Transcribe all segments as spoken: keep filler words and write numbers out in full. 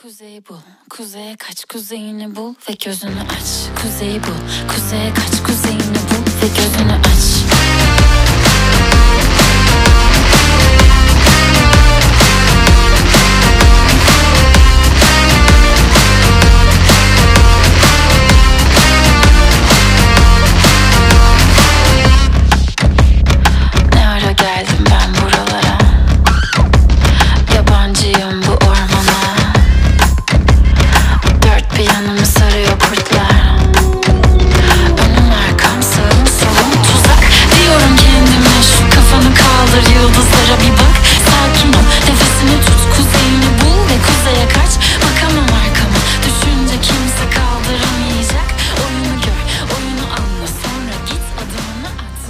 Kuzeyi bul, kuzeye kaç, kuzeyini bul ve gözünü aç. Kuzeyi bul, kuzeye kaç, kuzeyini bul ve gözünü aç. Ne ara geldim ben buralara, yabancıyım bu ormana. Dört bir yanımı sarıyor kurtlar, önüm arkam sağım solum tuzak. Diyorum kendime şu kafanı kaldır, yıldızlara bir bak. Sakin ol, nefesini tut, kuzeyini bul ve kuzeye kaç. Bakamam arkama, düşünce kimse kaldıramayacak. Oyunu gör, oyunu anla, sonra git adımını at.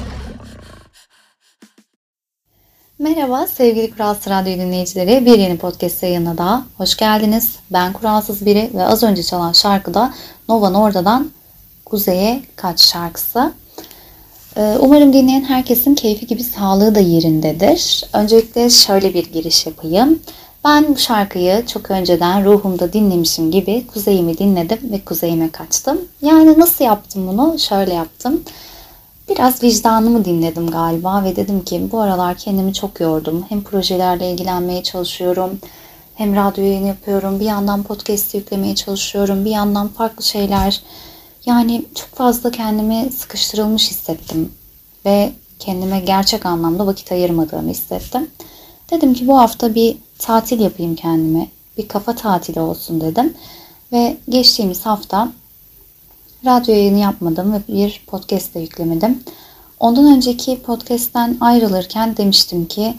Merhaba sevgili Kuralsız Radyo dinleyicileri, bir yeni podcast yayınına daha hoş geldiniz. Ben Kuralsız biri ve az önce çalan şarkı da Nova Norda'dan Kuzeye Kaç şarkısı. Umarım dinleyen herkesin keyfi gibi sağlığı da yerindedir. Öncelikle şöyle bir giriş yapayım. Ben bu şarkıyı çok önceden ruhumda dinlemişim gibi kuzeyimi dinledim ve kuzeyime kaçtım. Yani nasıl yaptım bunu? Şöyle yaptım. Biraz vicdanımı dinledim galiba ve dedim ki bu aralar kendimi çok yordum. Hem projelerle ilgilenmeye çalışıyorum, hem radyo yayını yapıyorum, bir yandan podcast yüklemeye çalışıyorum, bir yandan farklı şeyler. Yani çok fazla kendimi sıkıştırılmış hissettim ve kendime gerçek anlamda vakit ayırmadığımı hissettim. Dedim ki bu hafta bir tatil yapayım kendime, bir kafa tatili olsun dedim ve geçtiğimiz hafta radyo yayını yapmadım ve bir podcast de yüklemedim. Ondan önceki podcast'ten ayrılırken demiştim ki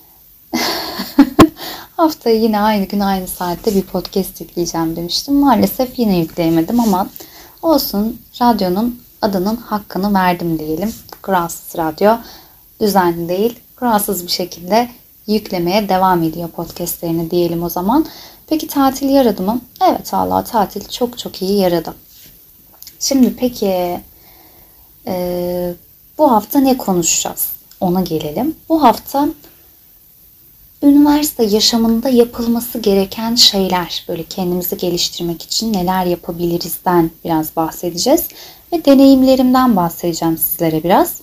haftaya yine aynı gün aynı saatte bir podcast yükleyeceğim demiştim. Maalesef yine yükleyemedim ama olsun, radyonun adının hakkını verdim diyelim. Kuralsız Radyo düzenli değil, kuralsız bir şekilde yüklemeye devam ediyor podcastlerini diyelim o zaman. Peki tatil yaradı mı? Evet, vallahi tatil çok çok iyi yaradı. Şimdi peki e, bu hafta ne konuşacağız? Ona gelelim. Bu hafta üniversite yaşamında yapılması gereken şeyler, böyle kendimizi geliştirmek için neler yapabilirizden biraz bahsedeceğiz. Ve deneyimlerimden bahsedeceğim sizlere biraz.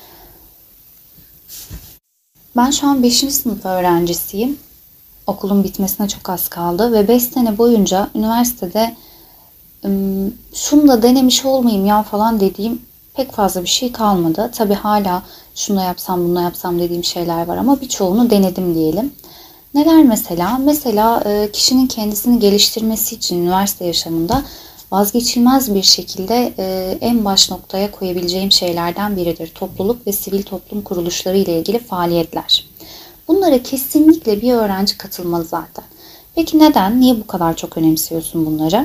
Ben şu an beşinci sınıf öğrencisiyim. Okulun bitmesine çok az kaldı ve beş sene boyunca üniversitede şunu da denemiş olmayayım ya falan dediğim pek fazla bir şey kalmadı. Tabii hala şunu yapsam bunu yapsam dediğim şeyler var ama birçoğunu denedim diyelim. Neler mesela? Mesela kişinin kendisini geliştirmesi için üniversite yaşamında vazgeçilmez bir şekilde en baş noktaya koyabileceğim şeylerden biridir. Topluluk ve sivil toplum kuruluşları ile ilgili faaliyetler. Bunlara kesinlikle bir öğrenci katılmalı zaten. Peki neden? Niye bu kadar çok önemsiyorsun bunları?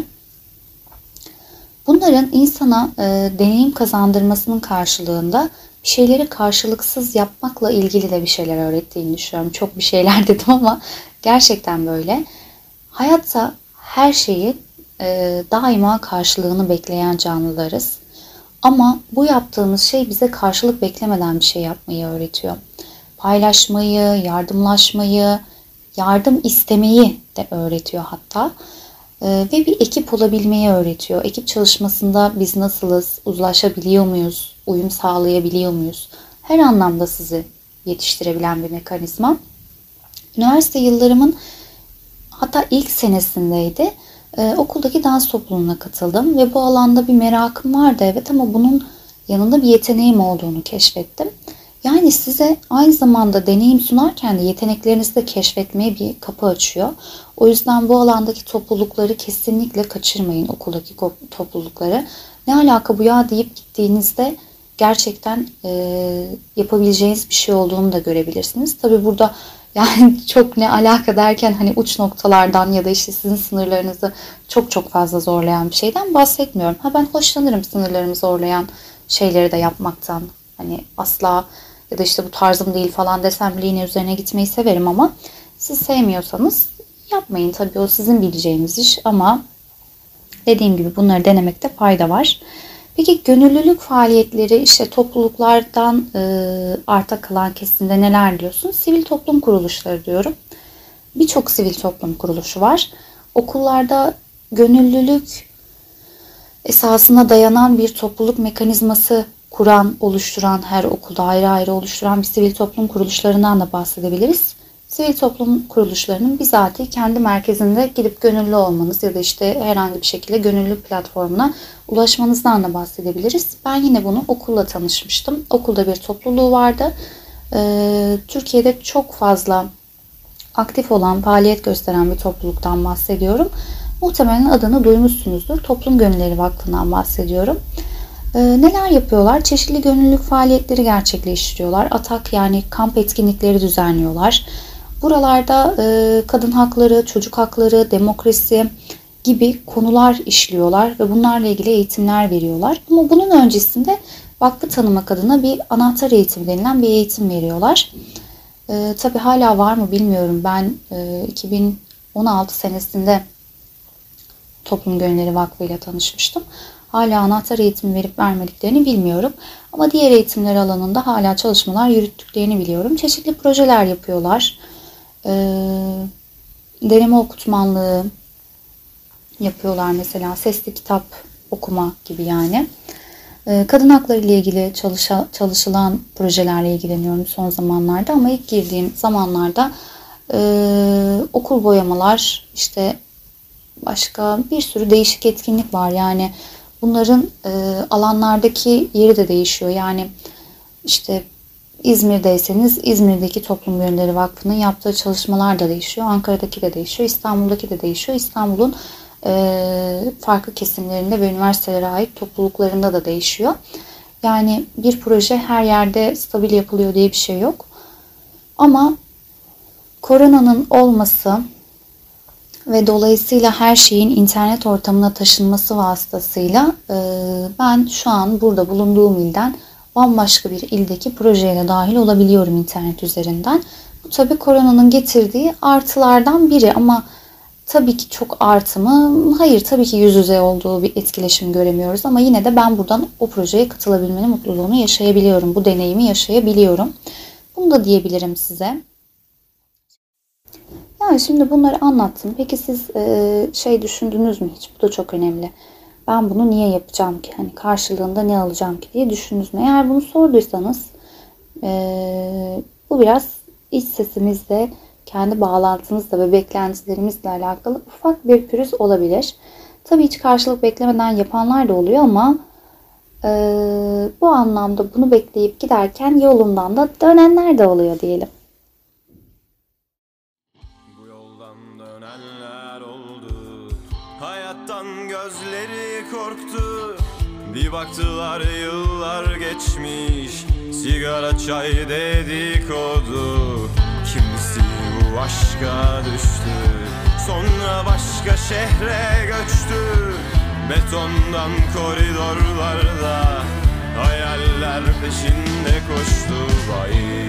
Bunların insana e, deneyim kazandırmasının karşılığında bir şeyleri karşılıksız yapmakla ilgili de bir şeyler öğrettiğini düşünüyorum. Çok bir şeyler dedim ama gerçekten böyle. Hayatta her şeyi e, daima karşılığını bekleyen canlılarız. Ama bu yaptığımız şey bize karşılık beklemeden bir şey yapmayı öğretiyor. Paylaşmayı, yardımlaşmayı, yardım istemeyi de öğretiyor hatta. Ve bir ekip olabilmeyi öğretiyor. Ekip çalışmasında biz nasılız, uzlaşabiliyor muyuz, uyum sağlayabiliyor muyuz? Her anlamda sizi yetiştirebilen bir mekanizma. Üniversite yıllarımın hatta ilk senesindeydi. Ee, okuldaki dans topluluğuna katıldım ve bu alanda bir merakım vardı evet ama bunun yanında bir yeteneğim olduğunu keşfettim. Yani size aynı zamanda deneyim sunarken de yeteneklerinizi de keşfetmeye bir kapı açıyor. O yüzden bu alandaki toplulukları kesinlikle kaçırmayın, okuldaki toplulukları. Ne alaka bu ya deyip gittiğinizde gerçekten e, yapabileceğiniz bir şey olduğunu da görebilirsiniz. Tabii burada yani çok ne alaka derken hani uç noktalardan ya da işte sizin sınırlarınızı çok çok fazla zorlayan bir şeyden bahsetmiyorum. Ha ben hoşlanırım sınırlarımı zorlayan şeyleri de yapmaktan. Hani asla ya da işte bu tarzım değil falan desem bile yine üzerine gitmeyi severim ama siz sevmiyorsanız yapmayın. Tabii o sizin bileceğiniz iş ama dediğim gibi bunları denemekte fayda var. Peki gönüllülük faaliyetleri işte topluluklardan e, arta kalan kesimde neler diyorsun? Sivil toplum kuruluşları diyorum. Birçok sivil toplum kuruluşu var. okullarda gönüllülük esasına dayanan bir topluluk mekanizması kuran, oluşturan, her okulda ayrı ayrı oluşturan bir sivil toplum kuruluşlarından da bahsedebiliriz. Sivil toplum kuruluşlarının bizatihi kendi merkezinde gidip gönüllü olmanız ya da işte herhangi bir şekilde gönüllü platformuna ulaşmanızdan da bahsedebiliriz. Ben yine bunu okulla tanışmıştım. Okulda bir topluluğu vardı. Ee, Türkiye'de çok fazla aktif olan, faaliyet gösteren bir topluluktan bahsediyorum. Muhtemelen adını duymuşsunuzdur. Toplum Gönülleri Vakfı'ndan bahsediyorum. Ee, neler yapıyorlar? Çeşitli gönüllülük faaliyetleri gerçekleştiriyorlar. Atak yani kamp etkinlikleri düzenliyorlar. Buralarda e, kadın hakları, çocuk hakları, demokrasi gibi konular işliyorlar ve bunlarla ilgili eğitimler veriyorlar. Ama bunun öncesinde vakfı tanımak adına bir anahtar eğitimi denilen bir eğitim veriyorlar. E, tabii hala var mı bilmiyorum. Ben e, iki bin on altı senesinde Toplum Gönülleri Vakfı ile tanışmıştım. Hala anahtar eğitimi verip vermediklerini bilmiyorum. Ama diğer eğitimler alanında hala çalışmalar yürüttüklerini biliyorum. Çeşitli projeler yapıyorlar. Ee, deneme okutmanlığı yapıyorlar mesela. Sesli kitap okuma gibi yani. Ee, kadın hakları ile ilgili çalışa, çalışılan projelerle ilgileniyorum son zamanlarda. Ama ilk girdiğim zamanlarda e, okul boyamalar, işte başka bir sürü değişik etkinlik var. Yani bunların e, alanlardaki yeri de değişiyor. Yani işte İzmir'deyseniz İzmir'deki Toplum Gönülleri Vakfı'nın yaptığı çalışmalar da değişiyor. Ankara'daki de değişiyor. İstanbul'daki de değişiyor. İstanbul'un e, farklı kesimlerinde ve üniversitelere ait topluluklarında da değişiyor. Yani bir proje her yerde stabil yapılıyor diye bir şey yok. Ama koronanın olması ve dolayısıyla her şeyin internet ortamına taşınması vasıtasıyla e, ben şu an burada bulunduğum ilden bambaşka bir ildeki projeye dahil olabiliyorum internet üzerinden. Bu tabii koronanın getirdiği artılardan biri ama tabii ki çok artı mı? Hayır, tabii ki yüz yüze olduğu bir etkileşim göremiyoruz ama yine de ben buradan o projeye katılabilmenin mutluluğunu yaşayabiliyorum. Bu deneyimi yaşayabiliyorum. Bunu da diyebilirim size. Yani şimdi bunları anlattım. Peki siz e, şey düşündünüz mü hiç? Bu da çok önemli. Ben bunu niye yapacağım ki? Hani karşılığında ne alacağım ki diye düşündünüz mü? Eğer bunu sorduysanız e, bu biraz iç sesimizle, kendi bağlantımızla ve beklentilerimizle alakalı ufak bir pürüz olabilir. Tabii hiç karşılık beklemeden yapanlar da oluyor ama e, bu anlamda bunu bekleyip giderken yolundan da dönenler de oluyor diyelim. Hayattan gözleri korktu. Bir baktılar yıllar geçmiş. Sigara çay dedikodu. Kimisi bu aşka düştü. Sonra başka şehre göçtü. Betondan koridorlarda hayaller peşinde koştu. Vay.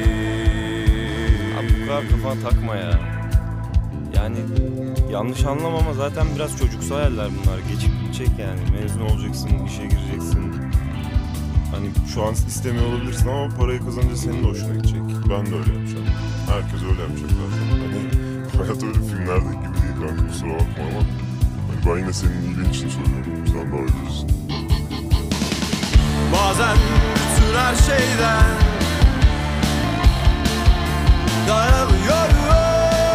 Abi bu kadar kafana takma ya. Yani yanlış anlama ama zaten biraz çocuksu hayaller bunlar. Geçip gidecek yani. Mezun olacaksın, işe gireceksin. Hani şu an istemiyor olabilirsin ama parayı kazanınca senin de hoşuna gidecek. Ben de öyle yapacağım. Herkes öyle yapacak zaten. Hani hayat öyle filmlerdeki gibi değil kanka, kusura bakma ama hani ben yine senin iyiliğin için söylüyorum. Sen daha iyi bilirsin. Bazen bütün her şeyden daralıyorum.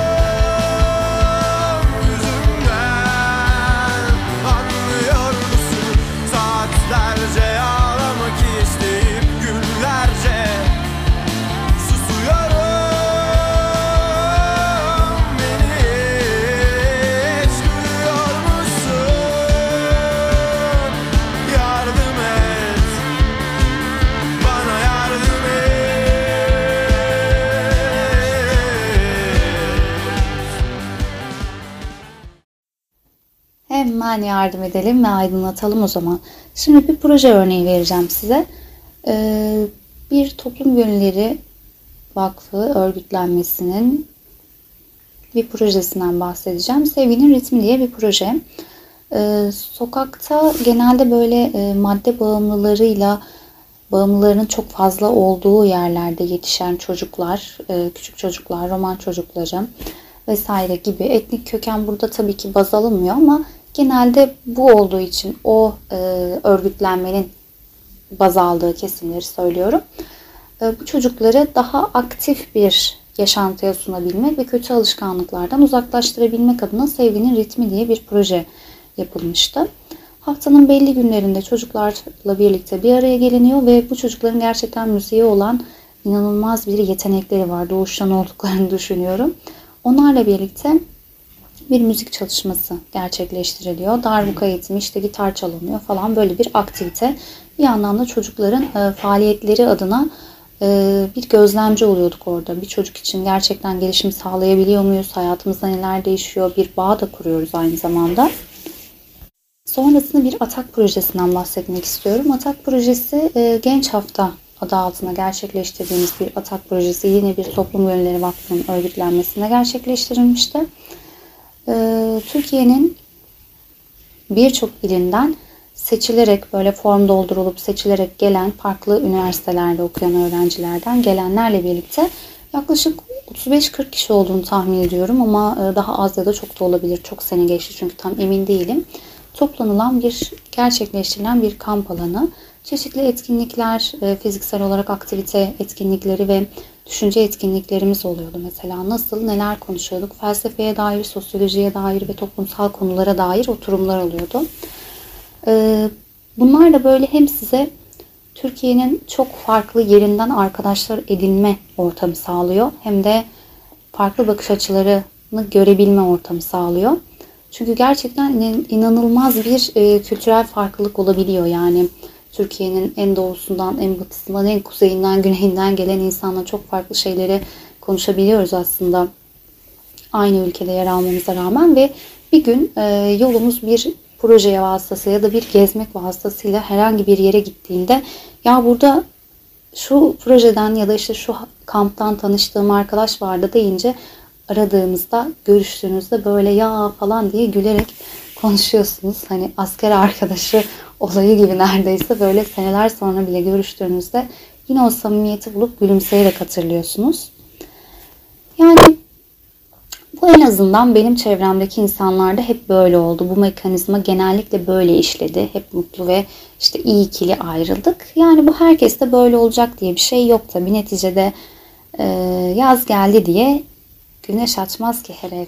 Hemen yardım edelim ve aydınlatalım o zaman. Şimdi bir proje örneği vereceğim size. Ee, bir Toplum Gönülleri Vakfı örgütlenmesinin bir projesinden bahsedeceğim. Sevginin Ritmi diye bir proje. Ee, sokakta genelde böyle e, madde bağımlılarıyla bağımlıların çok fazla olduğu yerlerde yetişen çocuklar, e, küçük çocuklar, roman çocukları, vesaire gibi. Etnik köken burada tabii ki baz alınmıyor ama genelde bu olduğu için o e, örgütlenmenin baz aldığı kesimleri söylüyorum. E, bu çocukları daha aktif bir yaşantıya sunabilmek ve kötü alışkanlıklardan uzaklaştırabilmek adına Sevginin Ritmi diye bir proje yapılmıştı. Haftanın belli günlerinde çocuklarla birlikte bir araya geliniyor ve bu çocukların gerçekten müziğe olan inanılmaz bir yetenekleri var. Doğuştan olduklarını düşünüyorum. Onlarla birlikte bir müzik çalışması gerçekleştiriliyor. Darbuka eğitimi, işte gitar çalınıyor falan, böyle bir aktivite. Bir yandan da çocukların e, faaliyetleri adına e, bir gözlemci oluyorduk orada. Bir çocuk için gerçekten gelişim sağlayabiliyor muyuz? Hayatımızda neler değişiyor? Bir bağ da kuruyoruz aynı zamanda. Sonrasında bir Atak projesinden bahsetmek istiyorum. Atak projesi e, Genç Hafta adı altında gerçekleştirdiğimiz bir Atak projesi. Yine bir Toplum Gönülleri Vakfı'nın örgütlenmesinde gerçekleştirilmişti. E, Türkiye'nin birçok ilinden seçilerek, böyle form doldurulup seçilerek gelen, farklı üniversitelerde okuyan öğrencilerden gelenlerle birlikte yaklaşık otuz beş kırk kişi olduğunu tahmin ediyorum ama daha az ya da çok da olabilir. Çok sene geçti çünkü tam emin değilim. Toplanılan bir, gerçekleştirilen bir kamp alanı. Çeşitli etkinlikler, fiziksel olarak aktivite etkinlikleri ve düşünce etkinliklerimiz oluyordu mesela. Nasıl, neler konuşuyorduk? Felsefeye dair, sosyolojiye dair ve toplumsal konulara dair oturumlar oluyordu. Bunlar da böyle hem size Türkiye'nin çok farklı yerinden arkadaşlar edinme ortamı sağlıyor, hem de farklı bakış açılarını görebilme ortamı sağlıyor. Çünkü gerçekten inanılmaz bir e, kültürel farklılık olabiliyor. Yani Türkiye'nin en doğusundan, en batısından, en kuzeyinden, güneyinden gelen insanla çok farklı şeyleri konuşabiliyoruz aslında. Aynı ülkede yer almamıza rağmen ve bir gün e, yolumuz bir proje vasıtası ya da bir gezmek vasıtasıyla herhangi bir yere gittiğinde, ya burada şu projeden ya da işte şu kamptan tanıştığım arkadaş vardı deyince, aradığımızda, görüştüğünüzde böyle ya falan diye gülerek konuşuyorsunuz. Hani asker arkadaşı olayı gibi neredeyse, böyle seneler sonra bile görüştüğünüzde yine o samimiyeti bulup gülümseyerek hatırlıyorsunuz. Yani bu en azından benim çevremdeki insanlarda hep böyle oldu. Bu mekanizma genellikle böyle işledi. Hep mutlu ve işte iyi ikili ayrıldık. Yani bu herkeste böyle olacak diye bir şey yok tabii. Neticede e, yaz geldi diye güneş açmaz ki her ev.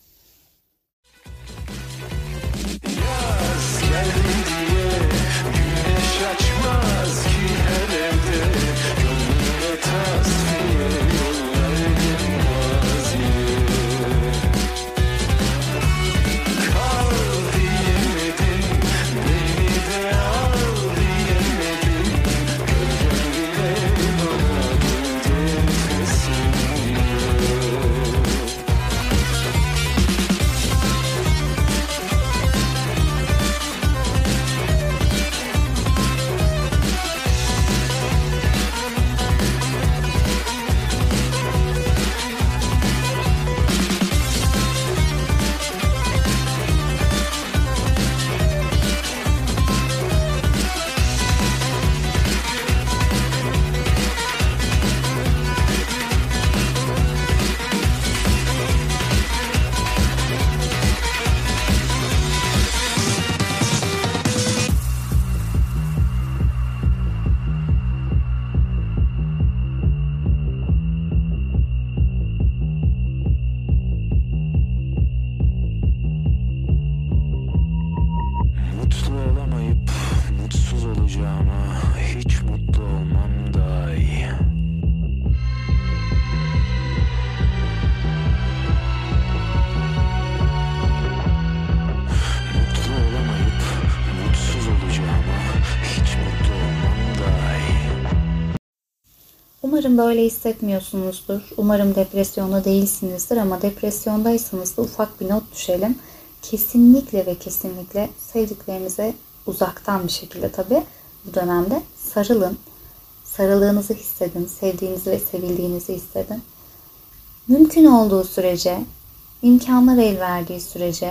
Umarım böyle hissetmiyorsunuzdur. Umarım depresyonda değilsinizdir ama depresyondaysanız da ufak bir not düşelim. Kesinlikle ve kesinlikle sevdiklerinize uzaktan bir şekilde tabii bu dönemde sarılın. Sarılığınızı hissedin, sevdiğinizi ve sevildiğinizi hissedin. Mümkün olduğu sürece, imkanlar el verdiği sürece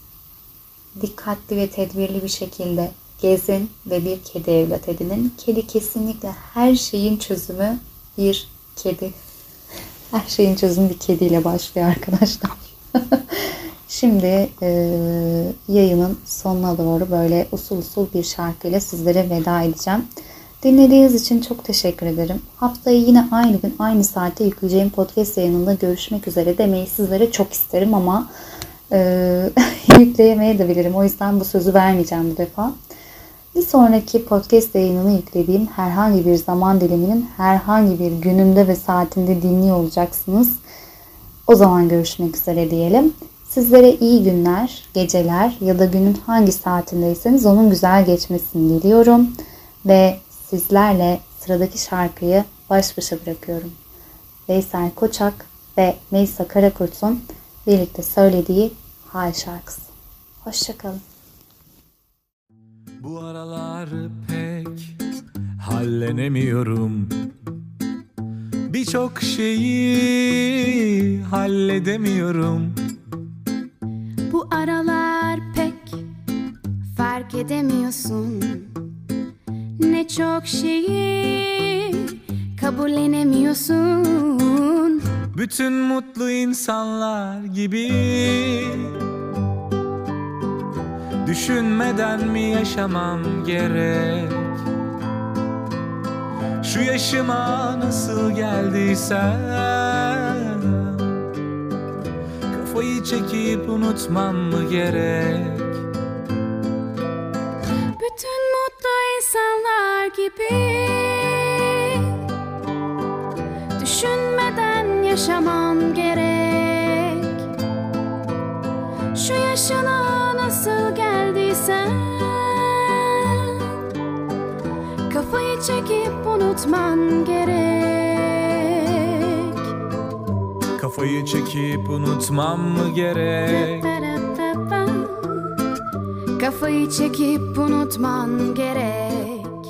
dikkatli ve tedbirli bir şekilde gezin ve bir kedi evlat edinin. Kedi kesinlikle her şeyin çözümü bir kedi. Her şeyin çözümü bir kediyle başlıyor arkadaşlar. Şimdi e, yayının sonuna doğru böyle usul usul bir şarkıyla sizlere veda edeceğim. Dinlediğiniz için çok teşekkür ederim. Haftaya yine aynı gün aynı saatte yükleyeceğim podcast yayınında görüşmek üzere demeyi sizlere çok isterim ama e, yükleyemeye de bilirim. O yüzden bu sözü vermeyeceğim bu defa. Bir sonraki podcast yayınını yüklediğim herhangi bir zaman diliminin herhangi bir gününde ve saatinde dinliyor olacaksınız. O zaman görüşmek üzere diyelim. Sizlere iyi günler, geceler ya da günün hangi saatindeyseniz onun güzel geçmesini diliyorum. Ve sizlerle sıradaki şarkıyı baş başa bırakıyorum. Veysel Koçak ve Melisa Karakurt'un birlikte söylediği Hal şarkısı. Hoşçakalın. Bu aralar pek hallenemiyorum. Birçok şeyi halledemiyorum. Bu aralar pek fark edemiyorsun. Ne çok şeyi kabullenemiyorsun. Bütün mutlu insanlar gibi düşünmeden mi yaşamam gerek? Şu yaşıma nasıl geldiysem kafayı çekip unutmam mı gerek? Bütün mutlu insanlar gibi düşünmeden yaşamam gerek. Şu yaşına nasıl geldiysen kafayı çekip unutman gerek. Kafayı çekip unutmam mı gerek? Kafayı çekip unutman gerek.